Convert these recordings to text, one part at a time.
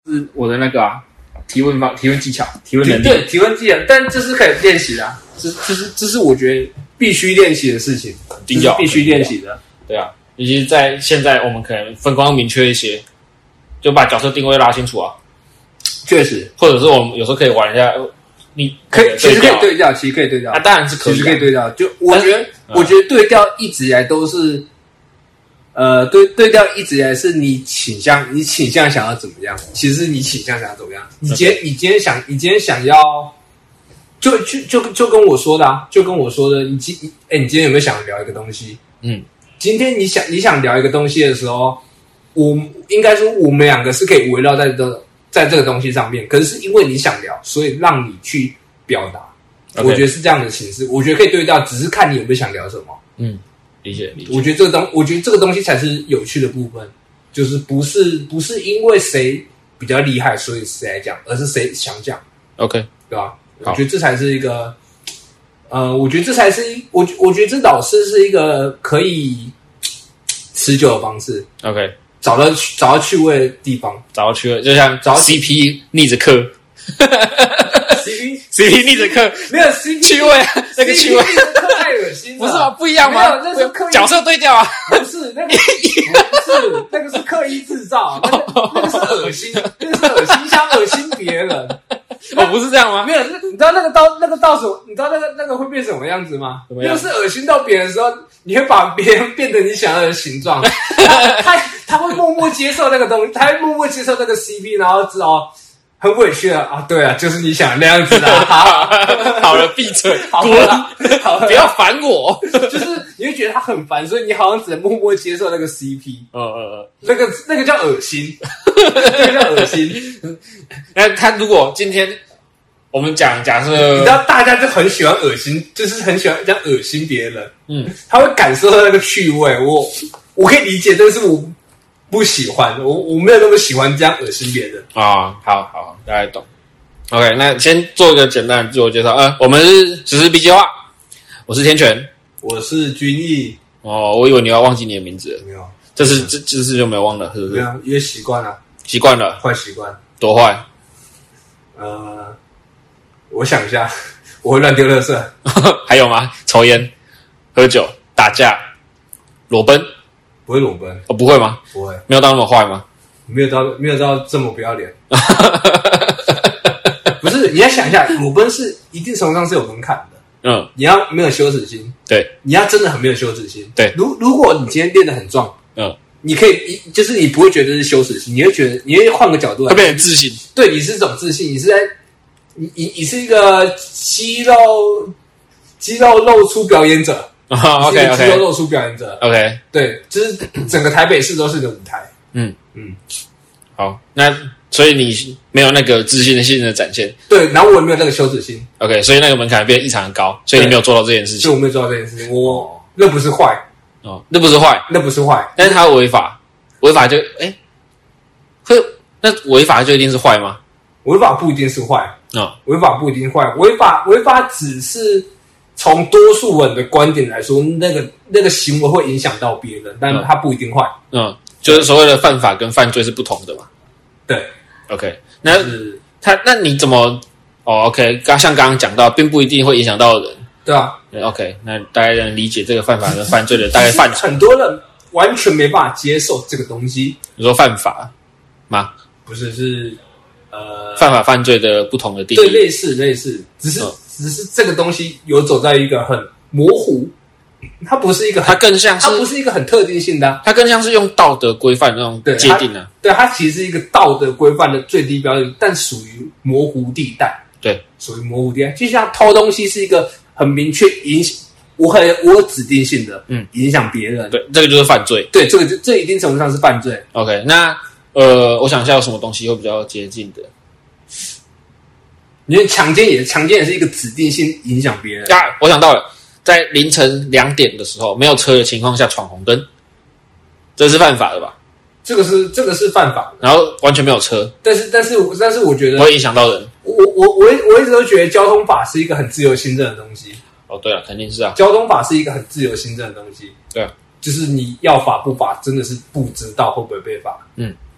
是我的那个提问技巧、提问能力。 对，提问技巧，但这是可以练习的这是我觉得必须练习的事情， 定要必须练习的。 对啊，尤其是在现在我们可能分工要明确一些，就把角色定位拉清楚啊。 确实， 或者是我们有时候可以玩一下，你可以，其实可以对调，其实可以对调。 当然是可以， 其实可以对调。就我觉得对调一直以来都是，对调一直以来是你倾向想要怎么样？其实你倾向想要怎么样？你今天想要，就跟我说的你今天有没有想聊一个东西？今天你想聊一个东西的时候，我应该说我们两个是可以围绕在这个东西上面，可是因为你想聊，所以让你去表达。Okay. 我觉得是这样的形式，我觉得可以对调，只是看你有没有想聊什么。 理解。 我觉得这个东西才是有趣的部分，就是不是因为谁比较厉害，所以谁来讲，而是谁想讲。 OK， 对吧？我觉得这才是一个，我觉得这才是我觉得这老师是一个可以持久的方式。 OK。 找到趣味的地方， 找到趣味，就像找 CP 逆着课，CP 逆着课， 没有 CP 趣味啊，那个趣味太恶心了， 不是吗？不一样吗？ 那是刻意角色对调啊， 不是那个那个是刻意制造，那个是恶心，想恶心别人。 不是这样吗？ 没有，你知道那个到时候，你知道那个会变什么样子吗？那个是恶心到别人的时候，你会把别人变成你想要的形状。他会默默接受那个东西，他会默默接受那个 CP， 然后知道很委屈啊，对啊，就是你想那样子的。 好了，闭嘴， 好了， 不要烦我。 就是你会觉得他很烦，所以你好像只能默默接受那个 CP。那个叫恶心，那个叫恶心。 那他如果今天我们假设， 你知道大家就很喜欢恶心，就是很喜欢这样恶心别人。他会感受到那个趣味。我可以理解，但是我不喜欢，我没有那么喜欢这样恶心别人啊。好，大家懂。OK， 那先做一个简单的自我介绍。我们是实施 B 计划，我是天权， 我是君毅。 我以为你要忘记你的名字了。 没有， 这次就没有忘了，是不是？ 没有，因为习惯了，坏习惯。 多坏？ 我想一下，我会乱丢垃圾。 还有吗？抽烟、喝酒、打架、裸奔？ 不会裸奔。 不会吗？ 不会， 没有到那么坏吗？ 没有到这么不要脸。不是，你要想一下，裸奔是一定程度上是有门槛的。你要没有羞耻心， 对， 你要真的很没有羞耻心， 对。 如果你今天练得很壮，你可以，就是你不会觉得是羞耻心，你会觉得，你会换个角度来， 会变成自信。 对，你是一种自信，你是在，你是一个肌肉露出表演者。 OK， 肌肉露出表演者。 OK， 对，就是整个台北市都是你的舞台。 好，那所以你没有那个自信的展现。 对，然后我也没有那个羞耻心。 OK， 所以那个门槛变得异常的高，所以你没有做到这件事情。 所以我没有做到这件事情，那不是坏。 那不是坏，但是他违法就那违法就一定是坏吗？ 违法不一定是坏。违法不一定坏，违法只是从多数人的观点来说，那个行为会影响到别人，但它不一定坏。 就是所谓的犯法跟犯罪是不同的嘛。 对 ，OK， 那你怎么？OK， 像刚刚讲到，并不一定会影响到人。 对啊。 OK， 那大家能理解这个犯法跟犯罪的大概范畴。 很多人完全没办法接受这个东西。 你说犯法吗？ 不是，是犯法犯罪的不同的定义。 对，类似，只是这个东西有走在一个很模糊。它不是一个，它更像是，它不是一个很特定性的， 它更像是用道德规范那种界定啊。 对，它其实是一个道德规范的最低标准，但属于模糊地带。 对， 属于模糊地带。就像偷东西是一个很明确影响，我有指定性的，影响别人。 对，这个就是犯罪。 对，这一定程度上是犯罪。 OK， 那我想一下有什么东西会比较接近的？ 因为强奸也是一个指定性影响别人。 我想到了。在凌晨2点的时候，没有车的情况下闯红灯，这是犯法的吧？这个是犯法的。 然后完全没有车， 但是我觉得不会影响到人。 我一直都觉得交通法是一个很自由行政的东西。 对啊，肯定是啊。 交通法是一个很自由行政的东西。 对啊， 就是你要罚不罚，真的是不知道会不会被罚。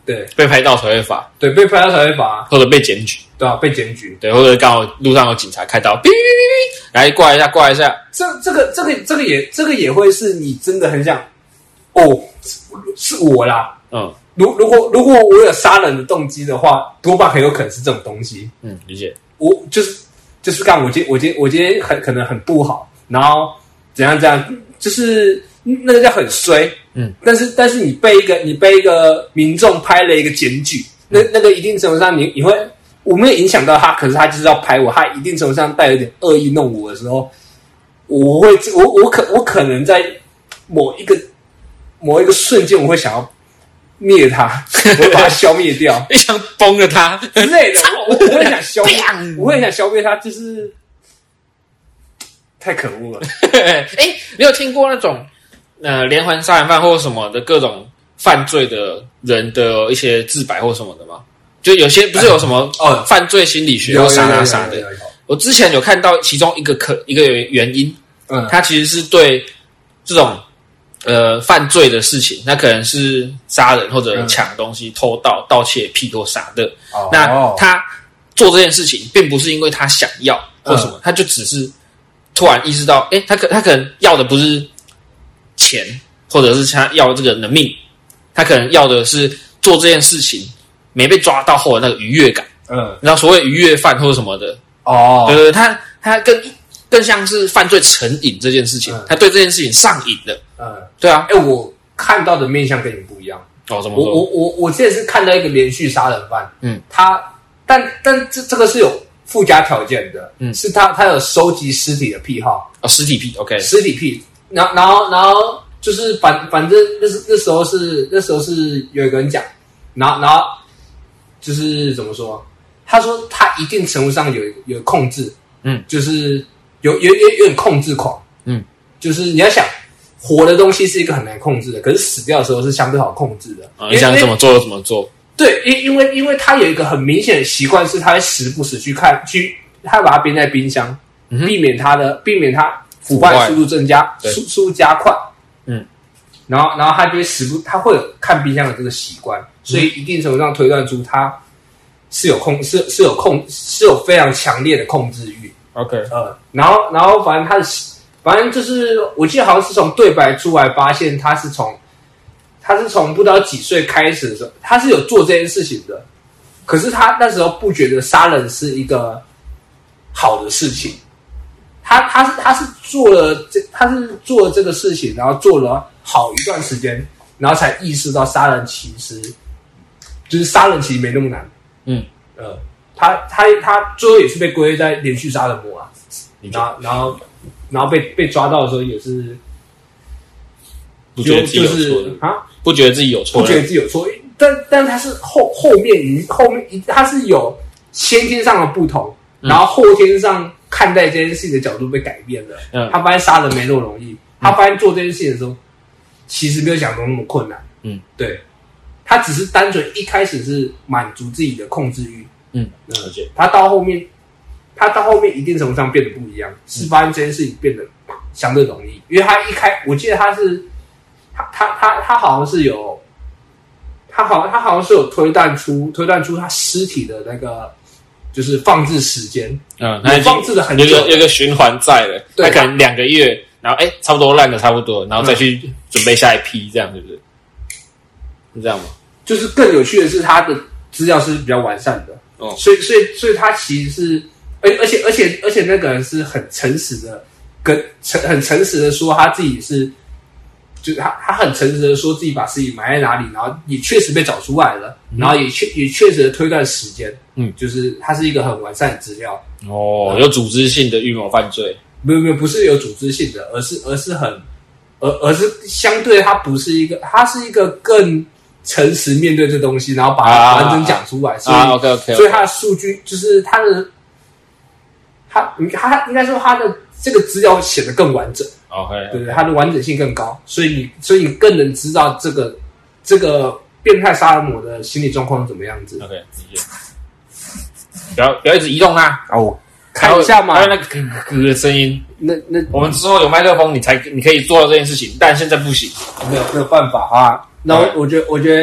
对， 被拍到才会罚， 对，被拍到才会罚， 或者被检举， 对啊，被检举， 对，或者刚好路上有警察开刀，哔哔哔哔，来过来一下，过来一下， 这个也会是你真的很想，是我啦，如果我有杀人的动机的话，多半很有可能是这种东西， 理解， 我就是干我今天可能很不好，然后怎样，就是那个叫很衰，但是你被一个民众拍了一个检举，那个一定程度上你会我没有影响到他，可是他就是要拍我，他一定程度上带有点恶意弄我的时候，我可能在某一个瞬间我会想要灭他，我会把他消灭掉， 你想崩了他之类的，我会想消灭，我会想消灭他，就是太可恶了。 你有听过那种连环杀人犯或什么的各种犯罪的人的一些自白或什么的吗？就有些不是有什么犯罪心理学或啥的。我之前有看到其中一个原因，他其实是对这种犯罪的事情，那可能是杀人或者抢东西、偷盗、盗窃、屁或啥的。那他做这件事情，并不是因为他想要或什么，他就只是突然意识到，他可能要的不是钱，或者是他要的这个人的命，他可能要的是做这件事情没被抓到后的那个愉悦感。然后所谓愉悦犯或者什么的，对，他更像是犯罪成瘾这件事情，他对这件事情上瘾了。对啊， 我看到的面向跟你不一样。 怎么说？ 我之前是看到一个连续杀人犯，但这个是有附加条件的，是他有收集尸体的癖好。 尸体癖 ，OK， 尸体癖。然后就是反正那时候是有一个人讲，然后就是怎么说？他说他一定程度上有控制，就是有点控制狂，就是你要想活的东西是一个很难控制的，可是死掉的时候是相对好控制的。 你想怎么做就怎么做。 对，因为他有一个很明显的习惯，是他会时不时他会把它编在冰箱，避免它腐败速度增加，速度加快。然后他就会他会有看冰箱的这个习惯，所以一定程度上推断出他是有非常强烈的控制欲。 OK， 然后反正就是我记得好像是从对白出来发现他是从不知道几岁开始的时候，他是有做这件事情的，可是他那时候不觉得杀人是一个好的事情。他是做了这个事情，然后做了好一段时间，然后才意识到杀人其实没那么难。他最后也是被归类在连续杀人魔啊。然后被抓到的时候也是不觉得自己有错不觉得自己有错， 但他是后面他是有先天上的不同，然后后天上看待这件事情的角度被改变了。他发现杀人没那么容易，他发现做这件事情的时候，其实没有想中那么困难。对，他只是单纯一开始是满足自己的控制欲。 了解。 他到后面一定程度上变得不一样，是发现这件事情变得相对容易，因为我记得他好像是有，他好像是有推断出他尸体的那个就是放置时间， 他放置了很久， 有个循环在了，他可能2个月，然后差不多烂的差不多，然后再去准备下一批，这样是不是？是这样吗？ 就是更有趣的是，他的资料是比较完善的，所以他其实是，而且那个人是很诚实的，很诚实的说他自己是，就是他很诚实的说自己把尸体埋在哪里，然后也确实被找出来了，然后也确实的推断时间，就是他是一个很完善的资料。 有组织性的预谋犯罪， 不是有组织性的，而是相对他不是一个，他是一个更诚实面对这东西，然后把它完整讲出来，所以他的数据就是他应该说他的这个资料显得更完整。对，它的完整性更高，所以你更能知道这个变态杀人魔的心理状况是怎么样子。 OK， 理解。不要一直移动啊！ 看一下嘛， 还有那个咯的声音。 那我们之后有麦克风，你可以做到这件事情，但现在不行， 没有办法啊。那我觉得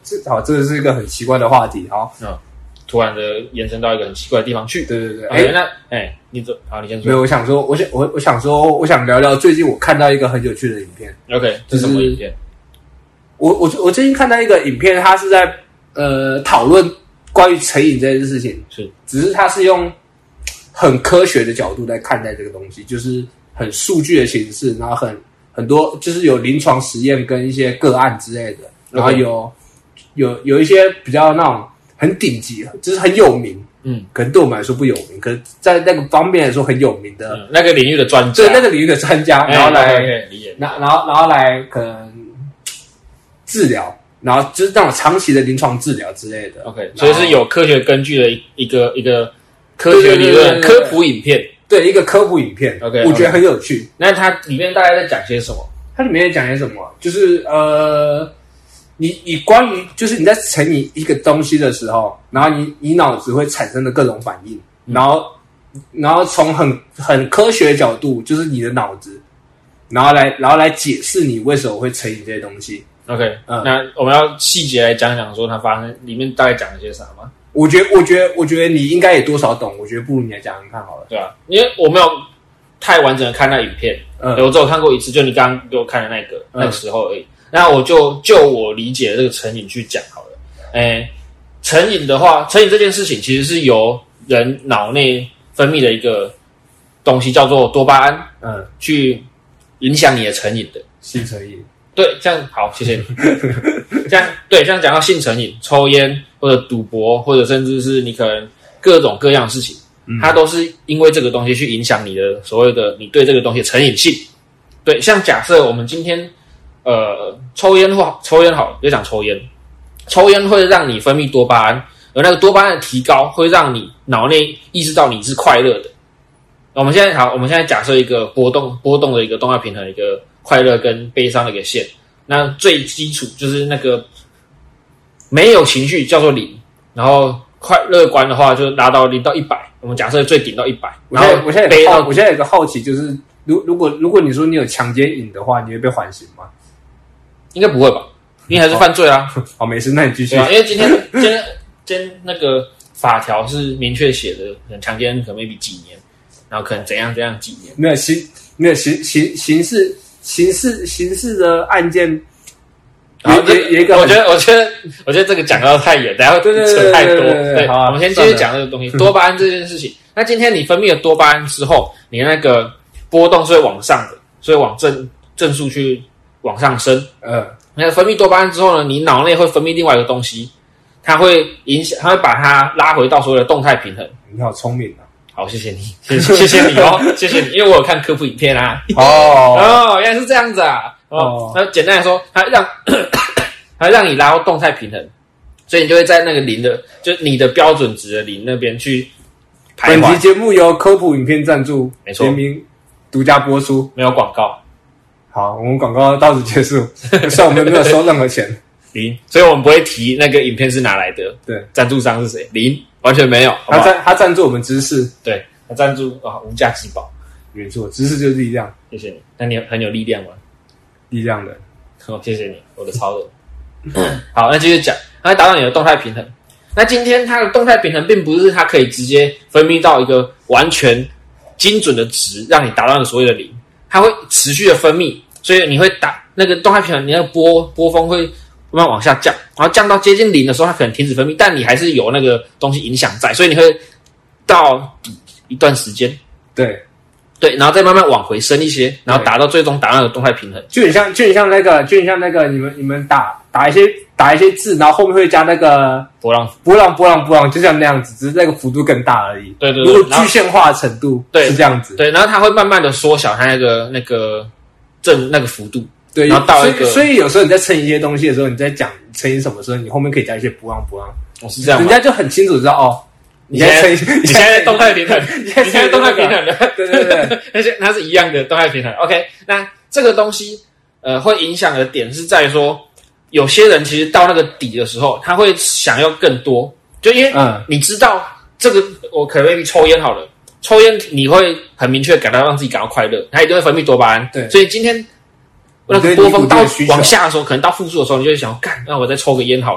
这个是一个很奇怪的话题，好， 突然的延伸到一个很奇怪的地方去。 对对对， 你先说。 没有，我想说，我想聊聊最近我看到一个很有趣的影片。 OK， 这是什么影片？ 我最近看到一个影片，它是在讨论关于成瘾这件事情，只是它是用很科学的角度来看待这个东西，就是很数据的形式，然后很多就是有临床实验跟一些个案之类的，然后有一些比较那种很顶级，就是很有名，可能对我们来说不有名，可是在那个方面来说很有名的， 那个领域的专家， 对那个领域的专家，然后来，然后来可能治疗，然后就是那种长期的临床治疗之类的。 OK， 所以是有科学根据的一个科学理论科普影片， 对，一个科普影片。OK， 我觉得很有趣。 那它里面大概在讲些什么？ 它里面在讲些什么？就是你关于就是你在成瘾一个东西的时候，然后你脑子会产生的各种反应，然后从很科学的角度，就是你的脑子，然后来解释你为什么会成瘾这些东西。 OK，那我们要细节来讲讲说它发生里面大概讲了些啥吗？ 我觉得你应该也多少懂，我觉得不如你来讲讲看好了。 对啊，因为我没有太完整的看那影片，我只有看过一次，就你刚刚给我看的那个时候而已。那我就我理解的这个成瘾去讲好了。成瘾的话，成瘾这件事情其实是由人脑内分泌的一个东西叫做多巴胺，去影响你的成瘾的性成瘾。 对，这样好，谢谢你。这样讲到性成瘾，抽烟或者赌博，或者甚至是你可能各种各样的事情，它都是因为这个东西去影响你的所谓的你对这个东西的成瘾性。对，像假设我们今天抽烟好了，就讲抽烟会让你分泌多巴胺，而那个多巴胺的提高会让你脑内意识到你是快乐的。我们现在假设一个波动的一个动态平衡的一个快乐跟悲伤的一个线，那最基础就是那个没有情绪叫做0，然后乐观的话就拉到0到100，我们假设最顶到100。然后我现在有个好奇，就是如果你说你有强奸瘾的话，你会被缓刑吗？ 应该不会吧？因为还是犯罪啊。 好，没事，那你继续。 因为今天那个法条是明确写的，可能强奸可能 maybe 几年，然后可能怎样几年。 没有刑事的案件。 好，有一个，我觉得这个讲到太远，等下扯太多。对，我们先继续讲这个东西，多巴胺这件事情。那今天你分泌了多巴胺之后，你那个波动是会往上的，所以往正数去往上升。那分泌多巴胺之后呢，你脑内会分泌另外一个东西，它会把它拉回到所谓的动态平衡。 你好聪明啊！ 好，谢谢你，谢谢你哦，谢谢你，因为我有看科普影片啊。原来是这样子啊。那简单来说，它让你拉到动态平衡，所以你就会在那个0的，就是你的标准值的0那边去徘徊。 本期节目由科普影片赞助， 没错， 联名独家播出， 没有广告。 好，我们广告到此结束，虽然我们没有收任何钱 ，0，所以我们不会提那个影片是哪来的， 对， 赞助商是谁，0，完全没有。 他赞助我们知识， 对，他赞助无价之宝， 没错，知识就是力量。 谢谢你，那你很有力量吗？ 力量的， 谢谢你，我的超人。好，那继续讲，它会达到你的动态平衡。那今天它的动态平衡并不是它可以直接分泌到一个完全精准的值，让你达到所谓的0，它会持续的分泌，所以你会打那个动态平衡，你那个波峰会慢慢往下降，然后降到接近0的时候，它可能停止分泌，但你还是有那个东西影响在，所以你会到一段时间，对，然后再慢慢往回升一些，然后最终达到那个动态平衡， 就很像那个你们打一些字，然后后面会加那个波浪， 就像那样子，只是那个幅度更大而已。 对， 如果具现化的程度是这样子， 对，然后它会慢慢的缩小它那个那个幅度， 对， 然后到一个， 所以有时候你在乘一些东西的时候，你在讲乘以什么时候，你后面可以加一些波浪， 是这样， 人家就很清楚知道你现在动态平衡，你现在动态平衡的， 对， 它是一样的动态平衡。OK， 那这个东西会影响的点是在说，有些人其实到那个底的时候，他会想要更多，就因为你知道这个，我可能抽烟好了，抽烟你会很明确感到让自己感到快乐，它一定会分泌多巴胺。 对， 所以今天那个波峰到往下的时候，可能到负数的时候，你就会想干，那我再抽个烟好了。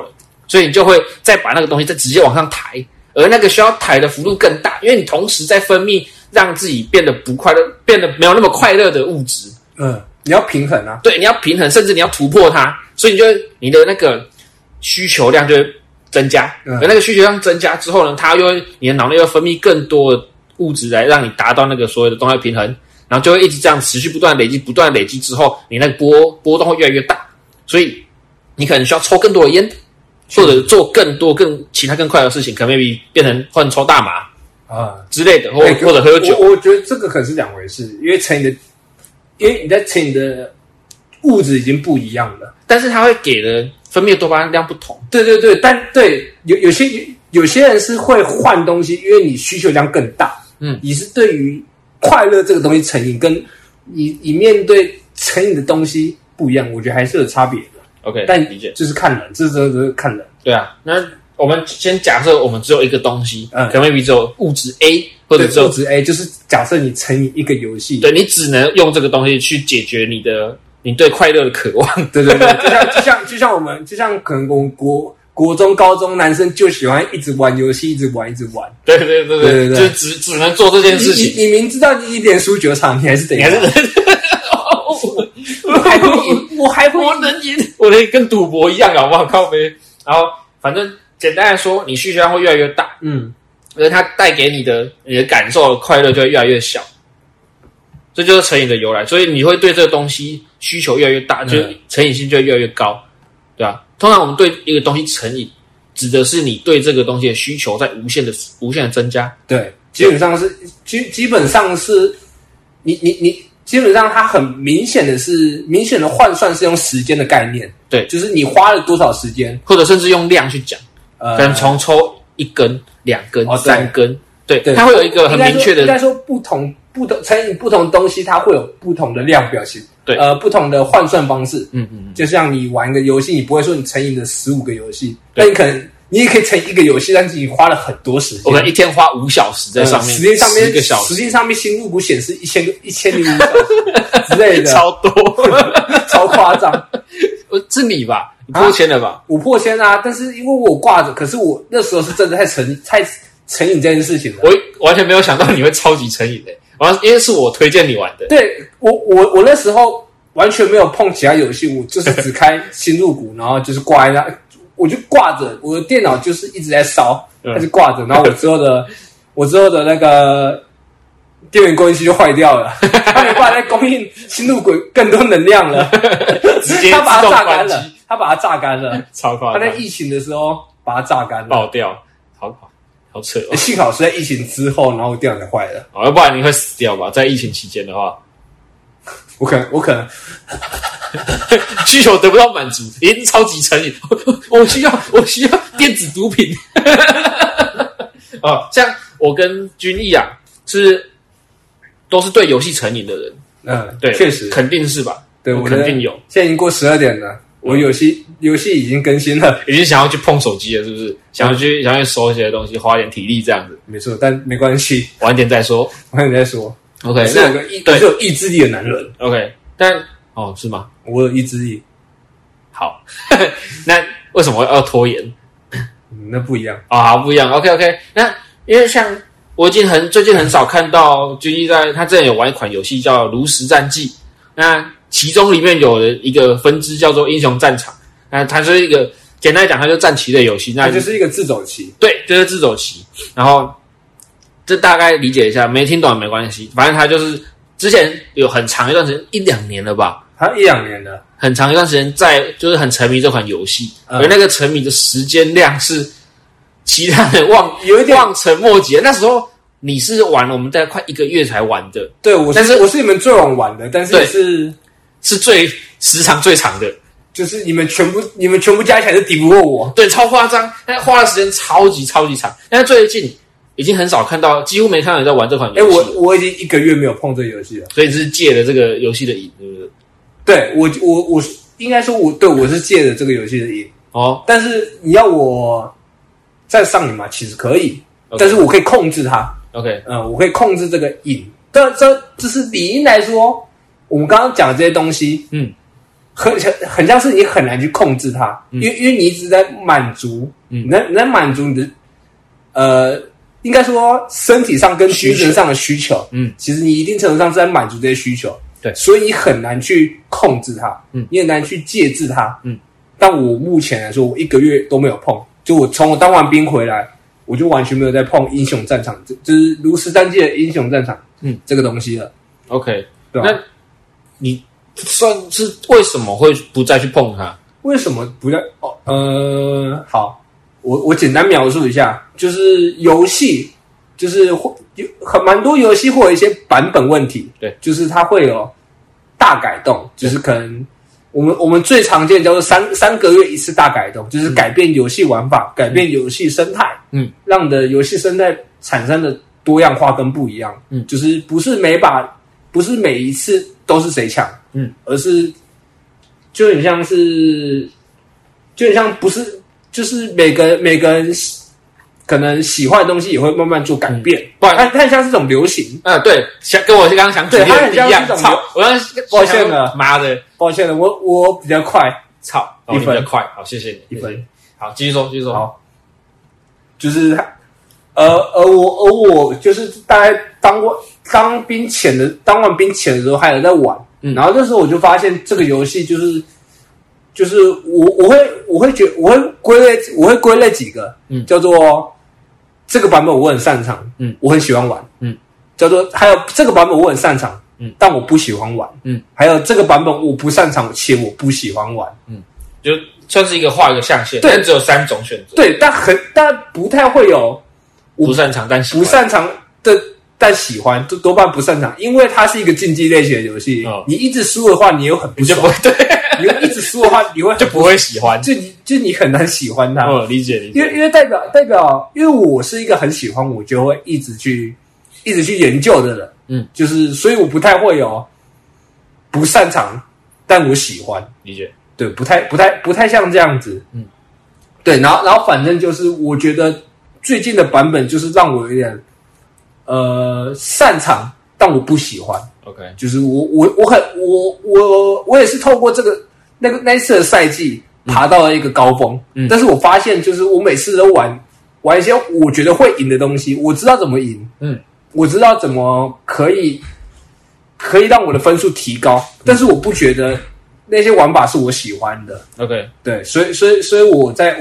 所以你就会再把那个东西再直接往上抬，而那个需要抬的幅度更大，因为你同时在分泌让自己变得不快乐、变得没有那么快乐的物质。 你要平衡啊， 对，你要平衡，甚至你要突破它，所以你的那个需求量就会增加，而那个需求量增加之后呢，你的脑内会分泌更多的物质来让你达到那个所谓的动态平衡，然后就会一直这样持续不断累积，不断累积之后，你那个波动会越来越大，所以你可能需要抽更多的烟，或者做更多其他更快的事情，可能 maybe 变成换抽大麻之类的，或者喝酒。 我觉得这个可是两回事，因为你在成瘾的物质已经不一样了， 但是它会给的分泌的多巴胺量不同。 对，但对有些人是会换东西，因为你需求量更大。你是对于快乐这个东西成瘾，跟你面对成瘾的东西不一样，我觉得还是有差别的。 OK， 但理解， 就是看人，这是看人。 对啊，那我们先假设我们只有一个东西，可能 maybe 只有物质 A， 或者只有物质 A， 就是假设你成瘾一个游戏， 对，你只能用这个东西去解决你对快乐的渴望。 对，就像可能我们国中、高中男生就喜欢一直玩游戏，一直玩。 对，就只能做这件事情。 你明知道你连输9场，你还是得赢。我能赢， 我能跟赌博一样，好不好？靠背。然后反正简单来说，你需求量会越来越大，而它带给你的感受的快乐就会越来越小。这就是成瘾的由来，所以你会对这个东西需求越来越大，就成瘾性就会越来越高，对吧？通常我们对一个东西成瘾，指的是你对这个东西的需求在无限的增加。 对，基本上是你基本上它很明显的换算是用时间的概念， 对， 就是你花了多少时间， 或者甚至用量去讲，可能从抽1根、2根、3根，对，它会有一个很明确的， 应该说不同成瘾不同东西，它会有不同的量表现， 对， 不同的换算方式，就像你玩一个游戏，你不会说你成瘾的15个游戏，那你也可以成瘾一个游戏，但是你花了很多时间， 我可能一天花5小时在上面， 时间上面 10个小时， 实际上面新入股显示1005小时之类的， 超多， 超夸张。 是你吧？你破千了吧？ 我破千啊！但是因为我挂着，可是我那时候是真的太成瘾这件事情了。 我完全没有想到你会超级成瘾的，因为是我推荐你玩的。 对，我那时候完全没有碰其他游戏，我就是只开新入股，然后就是挂在那，我就挂着，我的电脑就是一直在烧，它就挂着，然后我之后的那个电源供应器就坏掉了，它没办法再供应新入股更多能量了， 直接它把它炸干了， 超夸张！ 它在疫情的时候把它炸干了， 爆掉，好扯哦！ 幸好是在疫情之后，然后电脑才坏了， 要不然你会死掉吧？在疫情期间的话， 我可能需求得不到满足，已经超级成瘾。我需要电子毒品。像我跟君毅啊，都是对游戏成瘾的人。对， 确实肯定是吧？ 对， 我肯定有。 现在已经过12点了，我游戏已经更新了， 已经想要去碰手机了，是不是？想要去收一些东西，花点体力这样子。 没错，但没关系， 晚点再说。OK， 我是有意志力的男人。 OK， 但是吗？ 我有意志力。 好，那为什么要拖延？ 那不一样好，不一样。OK， 那因为像我最近很少看到君毅他之前有玩一款游戏叫《炉石战记》，那其中里面有的一个分支叫做英雄战场，那它是一个简单来讲，它就是战棋类游戏，那它就是一个自走棋， 对，就是自走棋。然后这大概理解一下，没听懂也没关系，反正它就是之前有很长一段时间1-2年了吧， 它1-2年了， 很长一段时间就是很沉迷这款游戏，而那个沉迷的时间量是其他人望尘莫及。那时候你是玩了我们大概快1个月才玩的， 对，我是你们最晚玩的，但是是最时长最长的， 就是你们全部加起来是抵不过我， 对，超夸张，但花的时间超级长。但是最近已经很少看到，几乎没看到人在玩这款游戏。 我已经1个月没有碰这个游戏了， 所以你是借了这个游戏的瘾，对不对？ 对，我应该说我是借了这个游戏的瘾但是你要我再上瘾嘛，其实可以，但是我可以控制它。 OK， 我可以控制这个瘾。这是理应来说，我们刚刚讲的这些东西， 很像是你很难去控制它，因为你一直在满足，你在满足你的应该说身体上跟精神上的需求，其实你一定程度上是在满足这些需求， 对， 所以你很难去控制它，你很难去戒制它，但我目前来说，我1个月都没有碰，就我从我当完兵回来，我就完全没有在碰英雄战场，就是炉石战记的英雄战场，这个东西了。 OK， 对吧？ 那你算是为什么会不再去碰它？ 为什么不再？好，我简单描述一下，就是游戏，就是会有蛮多游戏会有一些版本问题， 对， 就是它会有大改动，就是可能我们最常见叫做三个月一次大改动，就是改变游戏玩法，改变游戏生态，让你的游戏生态产生的多样化跟不一样，就是不是每一次都是谁强，而是就很像不是，就是每个人可能喜欢的东西也会慢慢做改变，它很像是这种流行， 对，跟我刚刚想举例的一样，操！我刚抱歉了， 妈的， 抱歉了，我比较快， 操，1分，比较快，好，谢谢你 ，1分， 好，继续说， 好，就是我就是大概当完兵前的时候还有在玩，然后那时候我就发现这个游戏就是我会归类几个，叫做这个版本我很擅长，我很喜欢玩，叫做还有这个版本我很擅长，但我不喜欢玩，还有这个版本我不擅长且我不喜欢玩， 就算是画一个象限，但只有3种选择， 对，但不太会有不擅长但喜欢， 不擅长的但喜欢，多半不擅长，因为它是一个竞技类型的游戏，你一直输的话，你又很不爽， 对。 你一直输的话，你会就不会喜欢， 就你很难喜欢它。 理解。 因为代表，因为我是一个很喜欢，我就会一直去研究的人。就是所以我不太会有不擅长，但我喜欢。 理解。对， 不太像这样子。对，然后反正就是我觉得最近的版本就是让我有点擅长，但我不喜欢。 OK， 就是我也是透过这个那一次的赛季爬到了一个高峰，但是我发现就是我每次都玩一些我觉得会赢的东西，我知道怎么赢，我知道怎么可以让我的分数提高，但是我不觉得那些玩法是我喜欢的。 OK， 对，所以我在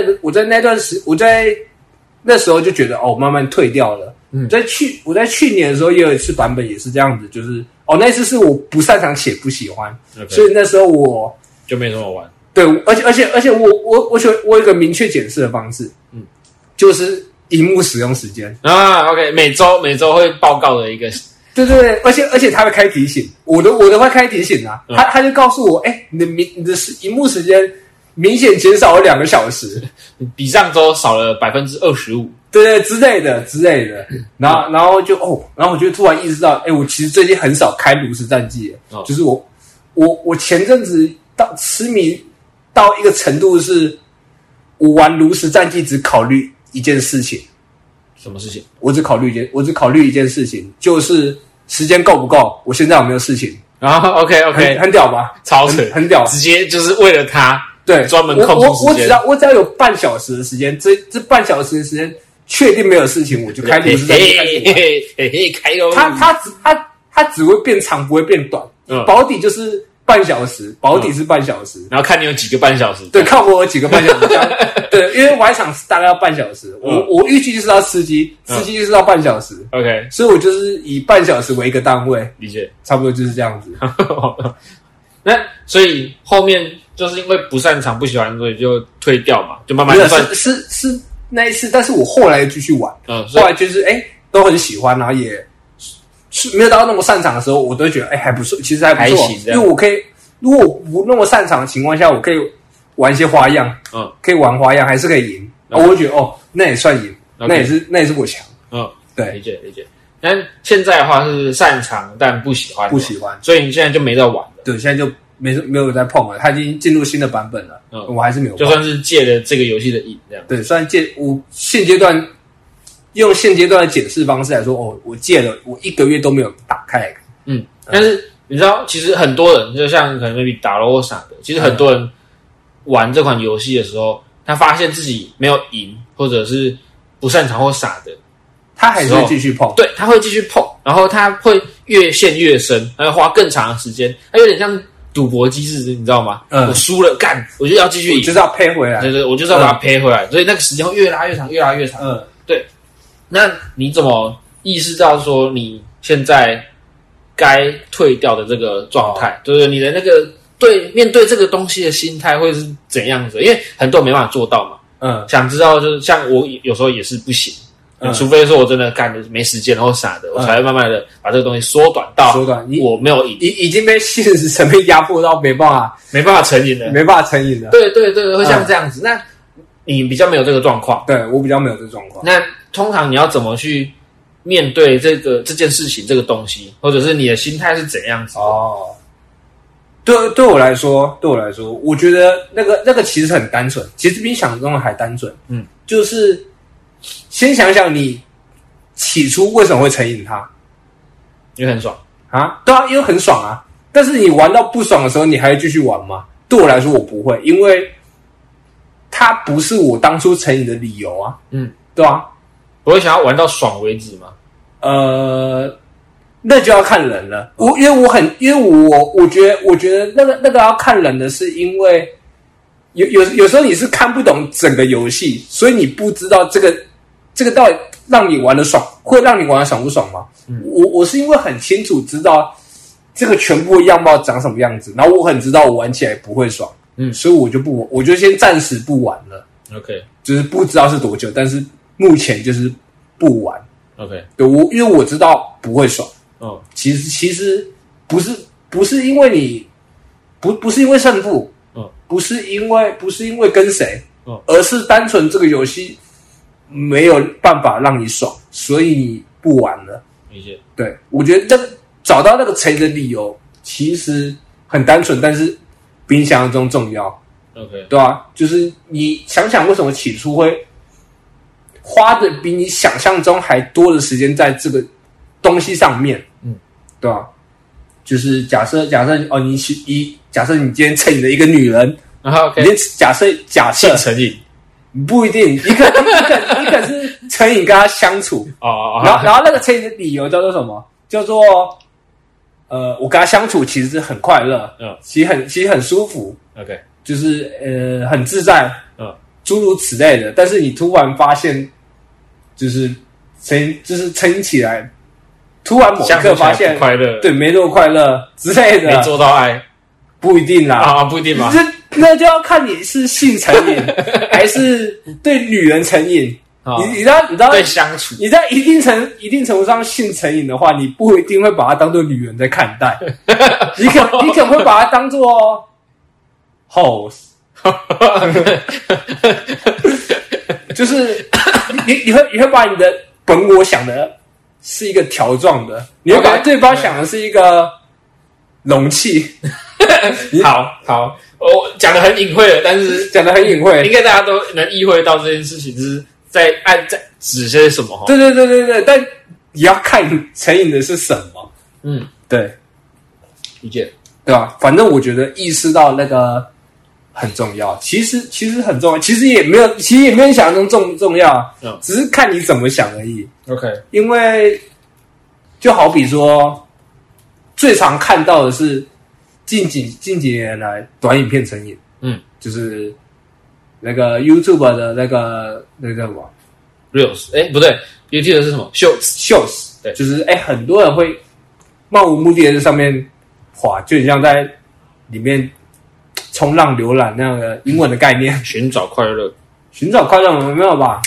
那时候就觉得慢慢退掉了。我在去年的时候也有一次版本也是这样子，就是那次是我不擅长且不喜欢，所以那时候我就没怎么玩。 对，而且我有一个明确检视的方式，就是萤幕使用时间啊。OK， 每周会报告的一个。 对，而且他会开提醒，我的会开提醒啊，他就告诉我，你的萤幕时间明显减少了2个小时， 比上周少了25%。 对之类的，然后我就突然意识到，我其实最近很少开炉石战记了，就是我前阵子痴迷到一个程度，是我玩炉石战记只考虑一件事情。 什么事情？ 我只考虑一件事情，就是时间够不够，我现在有没有事情啊 ？OK， 很屌吧？ 超扯， 很屌， 直接就是为了他， 对， 专门控制时间。 我只要有半小时的时间，这半小时的时间确定没有事情，我就开炉石战记开咯。它只会变长，不会变短。保底就是半小时，保底是半小时， 然后看你有几个半小时。 对，看我有几个半小时。对，因为玩一场大概要半小时，我预计就是要吃鸡就是要半小时。 OK， 所以我就是以半小时为一个单位， 理解， 差不多就是这样子。 那所以后面就是因为不擅长、不喜欢，所以就退掉嘛，就慢慢是那一次，但是我后来继续玩，后来就是都很喜欢，然后也是没有到那么擅长的时候，我都觉得还不错，其实还不错，因为我可以，如果我不那么擅长的情况下，我可以玩一些花样，可以玩花样，还是可以赢，我会觉得那也算赢，那也是我强，对， 理解。但现在的话是擅长但不喜欢，所以你现在就没在玩了。 对，现在就没有在碰了，它已经进入新的版本了，我还是没有碰， 就算是借了这个游戏的瘾这样。 对，虽然我现阶段用现阶段的检视方式来说，我戒了，我1个月都没有打开来看。 但是你知道，其实很多人就像可能 maybe 打罗或啥的，其实很多人玩这款游戏的时候，他发现自己没有赢，或者是不擅长或傻的， 他还是会继续碰。 对，他会继续碰，然后他会越陷越深，还要花更长的时间，他有点像赌博机制，你知道吗？我输了，干，我就要继续赢， 就是要赔回来。 对对，我就是要把它赔回来，所以那个时间会越拉越长，越拉越长。对。那你怎么意识到说你现在该退掉的这个状态？就是你的那个面对这个东西的心态会是怎样子？因为很多人没办法做到嘛。想知道就是像我有时候也是不行。除非说我真的干的没时间然后傻的，我才会慢慢的把这个东西缩短到我没有赢， 已经被现实层面压迫到没办法成瘾了， 对对对，会像这样子。那你比较没有这个状况， 对我比较没有这个状况。 那通常你要怎么去面对这件事情这个东西，或者是你的心态是怎样子？ 对我来说，我觉得那个其实很单纯，其实比想象中的还单纯。就是先想想你起初为什么会成瘾它， 因为很爽啊，对啊，因为很爽啊。但是你玩到不爽的时候，你还会继续玩吗？对我来说，我不会，因为它不是我当初成瘾的理由啊。对啊， 我会想要玩到爽为止吗？ 那就要看人了。我觉得那个要看人的是因为有时候你是看不懂整个游戏，所以你不知道这个到底让你玩的爽，会让你玩的爽不爽吗？我是因为很清楚知道这个全部的样貌长什么样子，然后我很知道我玩起来不会爽，所以我就先暂时不玩了。 OK， 就是不知道是多久，但是目前就是不玩。 OK， 对， 因为我知道不会爽。其实不是因为你不是因为胜负，不是因为跟谁，而是单纯这个游戏没有办法让你爽，所以你不玩了。 理解。对， 我觉得找到那个成瘾的理由其实很单纯，但是比你想象中重要。 OK， 对啊，就是你想想为什么起初会花的比你想象中还多的时间在这个东西上面，对吧？就是假设你今天成瘾的一个女人， OK， 你假设成瘾不一定，你可是成瘾跟她相处然后那个成瘾的理由叫做什么？叫做我跟她相处其实很快乐，其实很舒服 ，OK， 就是很自在，诸如此类的。但是你突然发现，就是成瘾起来。突然某一刻发现快乐， 对，没那么快乐之类的， 没做到爱， 不一定啦， 不一定吧？ 那就要看你是性成瘾还是对女人成瘾。你知道对相处， 你在一定程度上性成瘾的话，你不一定会把它当做女人在看待，你可能会把它当做 host， 就是你会把你的本我想的。是一个条状的，你会把对方想的是一个容器。 好，我讲的很隐晦了，但是讲的很隐晦， 应该大家都能意会到这件事情，就是在指些什么。 对，但你要看成瘾的是什么。对， 理解， 对吧？反正我觉得意识到那个很重要，其实很重要，其实也没有想象中重要，只是看你怎么想而已。 OK， 因为就好比说，最常看到的是近几年来短影片成瘾，就是那个 YouTube 的那个叫什么 Reels， 不对 ，YouTube 的是什么 Shorts， 对， 就是很多人会漫无目的的在上面滑，就很像在里面冲浪浏览那样的英文的概念， 寻找快乐没有吧？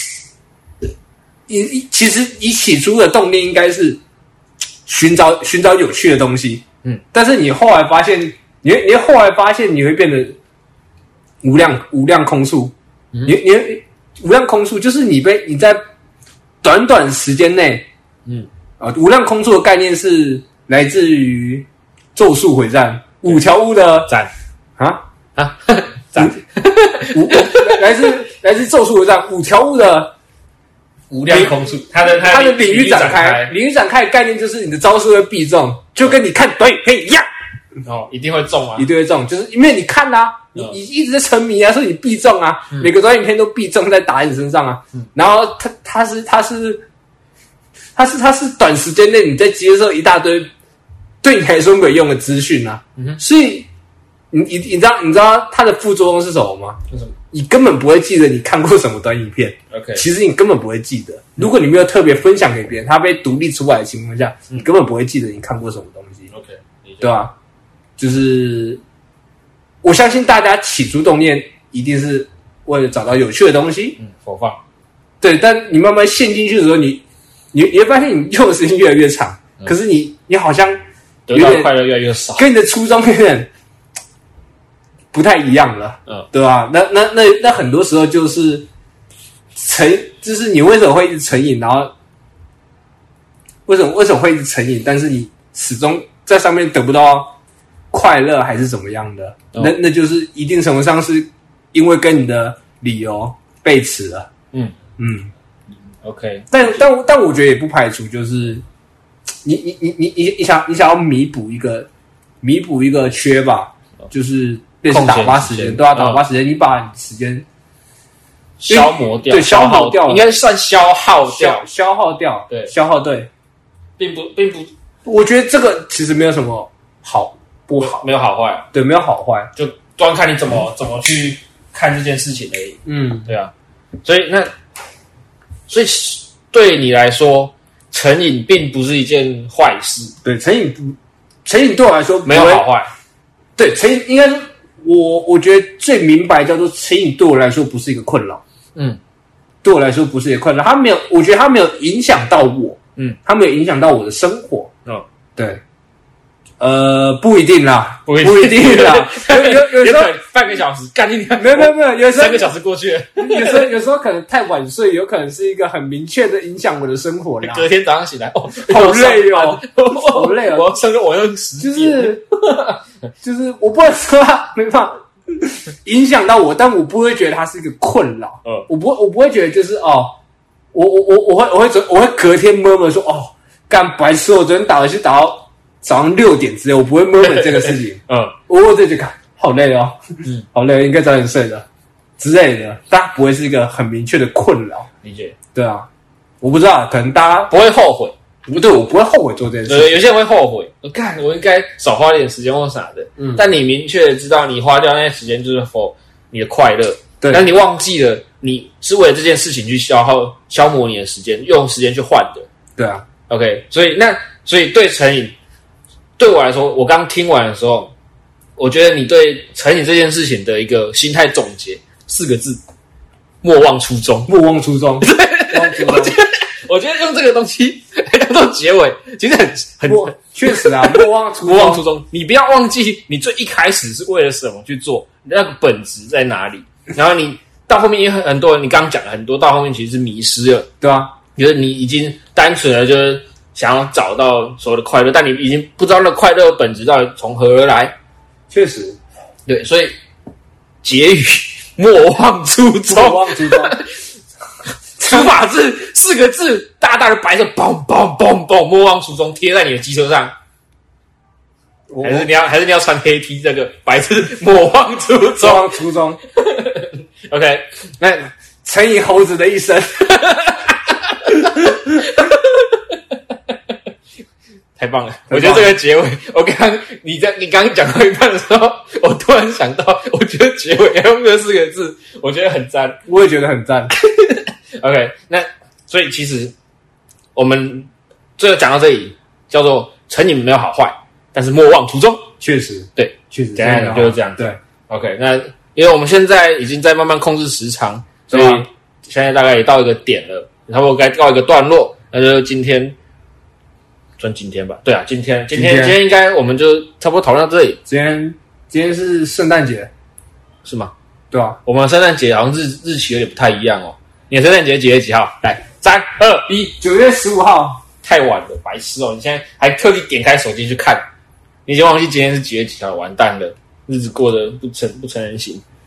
其实你起初的动力应该是寻找有趣的东西，但是你后来发现，你会变得无量空处，你无量空处就是你在短时间内，无量空处的概念是来自于咒术回战5条悟的赞赞，来自咒术回战5条悟的无量空处，他的领域展开，领域展开的概念就是你的招数会必中，就跟你看短影片一样。 一定会中啊！ 一定会中，就是因为你看啊，你一直在沉迷啊，所以你必中啊，每个短影片都必中在打在你身上啊。然后它是短时间内你在接受一大堆对你来说没有用的资讯啊，所以你知道它的副作用是什么吗？ 是什么？ 你根本不会记得你看过什么短影片。 OK， 其实你根本不会记得，如果你没有特别分享给别人，它被独立出来的情况下，你根本不会记得你看过什么东西。 OK， 对吧？就是我相信大家起初动念一定是为了找到有趣的东西， 播放。对， 但你慢慢陷进去的时候，你会发现你用的时间越来越长，可是你好像得到快乐越来越少， 跟你的初衷有点不太一样了，对吧？那很多时候就是就是你为什么会一直成瘾，然后为什么会一直成瘾，但是你始终在上面得不到快乐还是怎么样的？那就是一定程度上是因为跟你的理由背驰了。 OK， 但我觉得也不排除就是你想要弥补一个缺吧，就是类似打发时间，对啊，打发时间，你把你时间消磨掉， 对，消耗掉， 应该算消耗掉， 对，消耗对， 并不， 我觉得这个其实没有什么好不好， 没有好坏， 对，没有好坏， 就端看你怎么去看这件事情而已。对啊，所以对你来说，成瘾并不是一件坏事。 对，成瘾对我来说没有好坏。 对，成瘾应该说，我觉得最明白叫做成瘾对我来说不是一个困扰。对我来说不是一个困扰，我觉得它没有影响到我。它没有影响到我的生活。对。不一定啦，不一定啦。有时候半个小时，干你没有，有时候 3个小时过去了。 有时候可能太晚睡，有可能是一个很明确的影响我的生活啦。 隔天早上起来， 好累哦，好累哦。 我上个我用10点， 就是我不能说它没办法影响到我，但我不会觉得它是一个困扰。我不会觉得就是我会隔天murmur说干白痴，我昨天打游戏打到早上6点之类，我不会murmur这个事情。我会觉得好累哦，好累，应该早点睡的之类的，但不会是一个很明确的困扰。 理解？ 对啊，我不知道，可能大家不会后悔。 不对，我不会后悔做这件事。 对，有些人会后悔，我应该少花点时间或啥的。但你明确的知道，你花掉那些时间就是 for 你的快乐。对，但你忘记了，你是为了这件事情去消磨你的时间，用时间去换的。 对啊 ，OK， 所以对成瘾，对我来说，我刚听完的时候，我觉得你对成瘾这件事情的一个心态总结4个字：莫忘初衷。 莫忘初衷。 我觉得用这个东西来当做结尾，其实很确实啊，莫忘初衷。 你不要忘记你最一开始是为了什么去做，那个本质在哪里。然后你到后面，因为很多人，你刚刚讲了很多，到后面其实是迷失了， 对啊， 就是你已经单纯的就是想要找到所谓的快乐，但你已经不知道那快乐的本质到底从何而来。 确实， 对，所以结语莫忘初衷。 莫忘初衷。 除法字4个字，大大的白色，嘣嘣嘣嘣，莫忘初衷，贴在你的机车上。还是你要穿黑 T 这个白字，莫忘初衷。 莫忘初衷。 OK， 那成瘾猴子的一生。 太棒了！我觉得这个结尾，你刚刚讲到一半的时候，我突然想到，我觉得结尾要用这4个字，我觉得很赞。 我也觉得很赞。 OK， 那所以其实我们最后讲到这里，叫做成瘾没有好坏，但是莫忘初衷。 确实， 对， 确实， 简单讲就是这样。 对 ，OK， 那因为我们现在已经在慢慢控制时长，所以现在大概也到一个点了，差不多该告一个段落。那就今天吧。对啊，今天应该我们就差不多讨论到这里。 今天是圣诞节， 是吗？ 对啊， 我们圣诞节好像日期有点不太一样哦。你的圣诞节几月几号？来，3、2、1， 9月15号。 太晚了，白痴哦！你现在还特地点开手机去看，你已经忘记今天是几月几号，完蛋了，日子过得不成人形。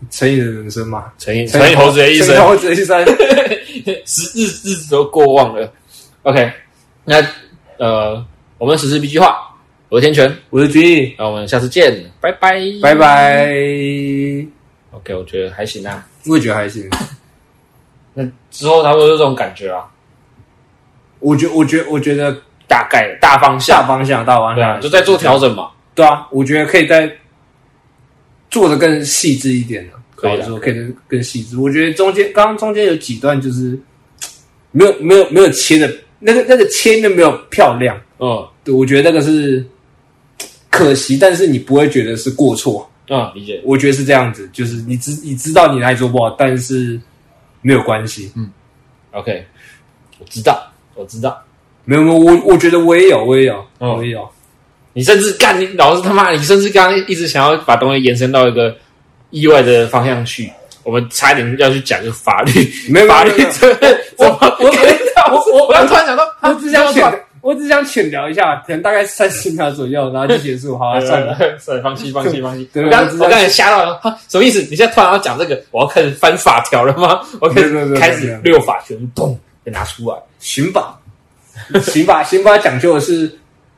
成瘾的人生嘛， 成瘾猴子的一生， 成瘾猴子的一生， 日子都过忘了。OK， 那我们实施 B 计划，我是天全， 我是君毅， 那我们下次见，拜拜， 拜拜。 OK， 我觉得还行啊， 我也觉得还行。 那之后差不多就这种感觉啊。我觉得大概大方向，对啊，就在做调整嘛。 对啊，我觉得可以再做的更细致一点了。可以更细致。我觉得刚刚中间有几段就是没有切的，那个切的没有漂亮。对，我觉得那个是可惜，但是你不会觉得是过错。 理解。 我觉得是这样子，就是你知道你哪里做不好，但是没有关系。 OK， 我知道。 没有，我觉得我也有。 你甚至你老是他妈，你甚至刚刚一直想要把东西延伸到一个意外的方向去。我们差一点要去讲个法律，法律这我突然想到， 我只想浅聊一下，可能大概30秒左右，然后就结束。好了，算了， 放弃。我刚才吓到了，什么意思？你现在突然要讲这个，我要开始翻法条了吗？我开始6法全部给拿出来。刑法讲究的是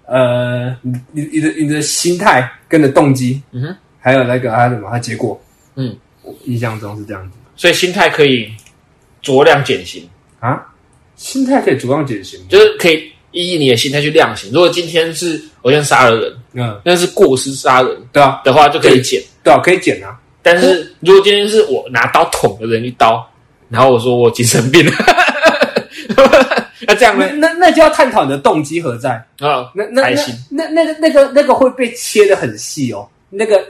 你的心态跟你的动机，还有那个还有什么？还有结果，我印象中是这样子。 所以心态可以酌量减刑啊？心态可以酌量减刑， 就是可以依你的心态去量刑。如果今天是我先杀了人，那是过失杀人，对啊的话就可以减， 对啊，可以减啊。 但是如果今天是我拿刀捅了人一刀，然后我说我精神病了。那这样呢？ 那就要探讨你的动机何在啊？ 还行。 那个会被切得很细哦。那个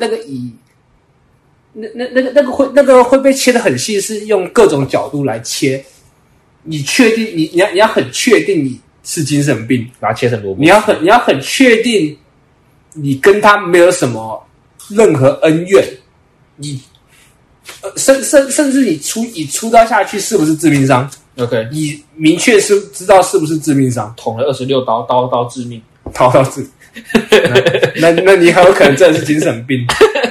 会被切得很细，是用各种角度来切。你确定你要很确定你是精神病， 把它切成萝卜。 你要很确定你跟他没有什么任何恩怨，你甚至你出刀下去是不是致命伤？ OK， 你明确是知道是不是致命伤， 捅了26刀，刀致命， 刀致那你很有可能真的是精神病。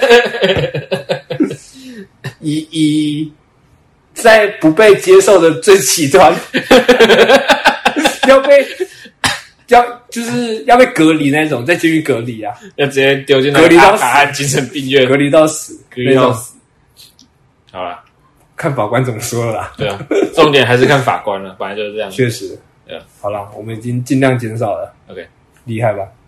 以在不被接受的最极端，就是要被隔离那种，在监狱隔离啊， 要直接丢进隔离到死， 精神病院， 隔离到死。 好了。 看法官怎么说了啦。 对啊，重点还是看法官了，本来就是这样。 确实，好啦，我们已经尽量减少了。 OK， 厉害吧？